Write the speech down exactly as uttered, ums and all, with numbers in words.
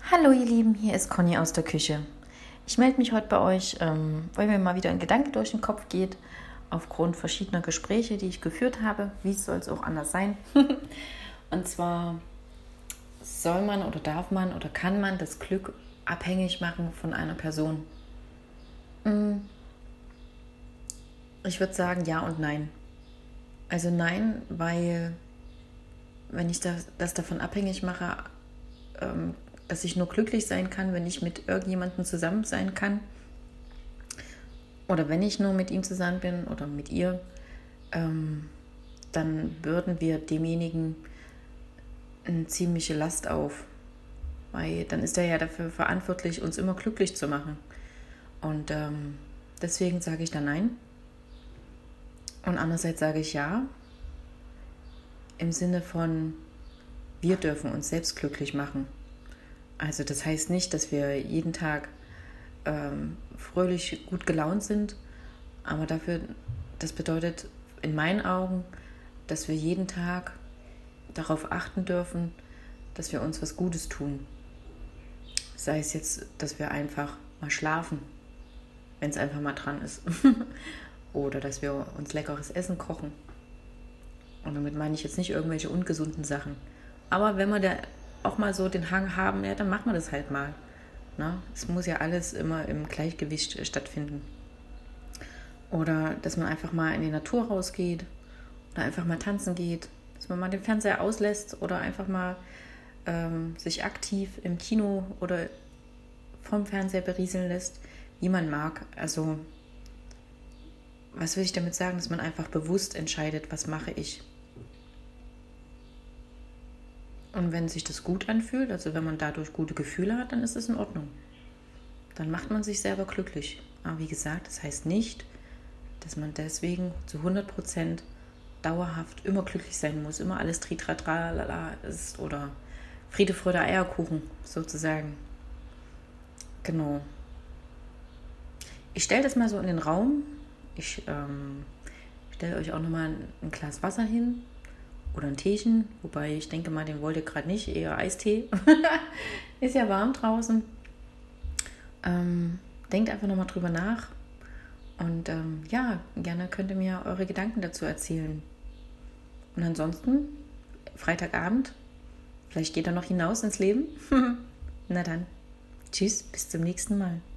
Hallo ihr Lieben, hier ist Conny aus der Küche. Ich melde mich heute bei euch, ähm, weil mir mal wieder ein Gedanke durch den Kopf geht, aufgrund verschiedener Gespräche, die ich geführt habe. Wie soll es auch anders sein? Und zwar soll man oder darf man oder kann man das Glück abhängig machen von einer Person? Ich würde sagen ja und nein. Also nein, weil wenn ich das, das davon abhängig mache, ähm, dass ich nur glücklich sein kann, wenn ich mit irgendjemandem zusammen sein kann. Oder wenn ich nur mit ihm zusammen bin oder mit ihr, ähm, dann bürden wir demjenigen eine ziemliche Last auf. Weil dann ist er ja dafür verantwortlich, uns immer glücklich zu machen. Und ähm, deswegen sage ich da nein. Und andererseits sage ich ja, im Sinne von, wir dürfen uns selbst glücklich machen. Also das heißt nicht, dass wir jeden Tag ähm, fröhlich gut gelaunt sind, aber dafür, das bedeutet in meinen Augen, dass wir jeden Tag darauf achten dürfen, dass wir uns was Gutes tun. Sei es jetzt, dass wir einfach mal schlafen, wenn es einfach mal dran ist. Oder dass wir uns leckeres Essen kochen. Und damit meine ich jetzt nicht irgendwelche ungesunden Sachen. Aber wenn wir da auch mal so den Hang haben, ja, dann machen wir das halt mal. Na? Es muss ja alles immer im Gleichgewicht stattfinden. Oder dass man einfach mal in die Natur rausgeht oder einfach mal tanzen geht, dass man mal den Fernseher auslässt oder einfach mal ähm, sich aktiv im Kino oder vom Fernseher berieseln lässt, wie man mag. Also was will ich damit sagen, dass man einfach bewusst entscheidet, was mache ich. Und wenn sich das gut anfühlt, also wenn man dadurch gute Gefühle hat, dann ist es in Ordnung. Dann macht man sich selber glücklich. Aber wie gesagt, das heißt nicht, dass man deswegen zu hundert Prozent dauerhaft immer glücklich sein muss, immer alles Tritratralala ist oder Friede, Freude, Eierkuchen sozusagen. Genau. Ich stelle das mal so in den Raum. Ich ähm, stelle euch auch nochmal ein, ein Glas Wasser hin. Oder ein Teechen, wobei ich denke mal, den wollt ihr gerade nicht, eher Eistee. Ist ja warm draußen. Ähm, denkt einfach nochmal drüber nach. Und ähm, ja, gerne könnt ihr mir eure Gedanken dazu erzählen. Und ansonsten, Freitagabend, vielleicht geht er noch hinaus ins Leben. Na dann, tschüss, bis zum nächsten Mal.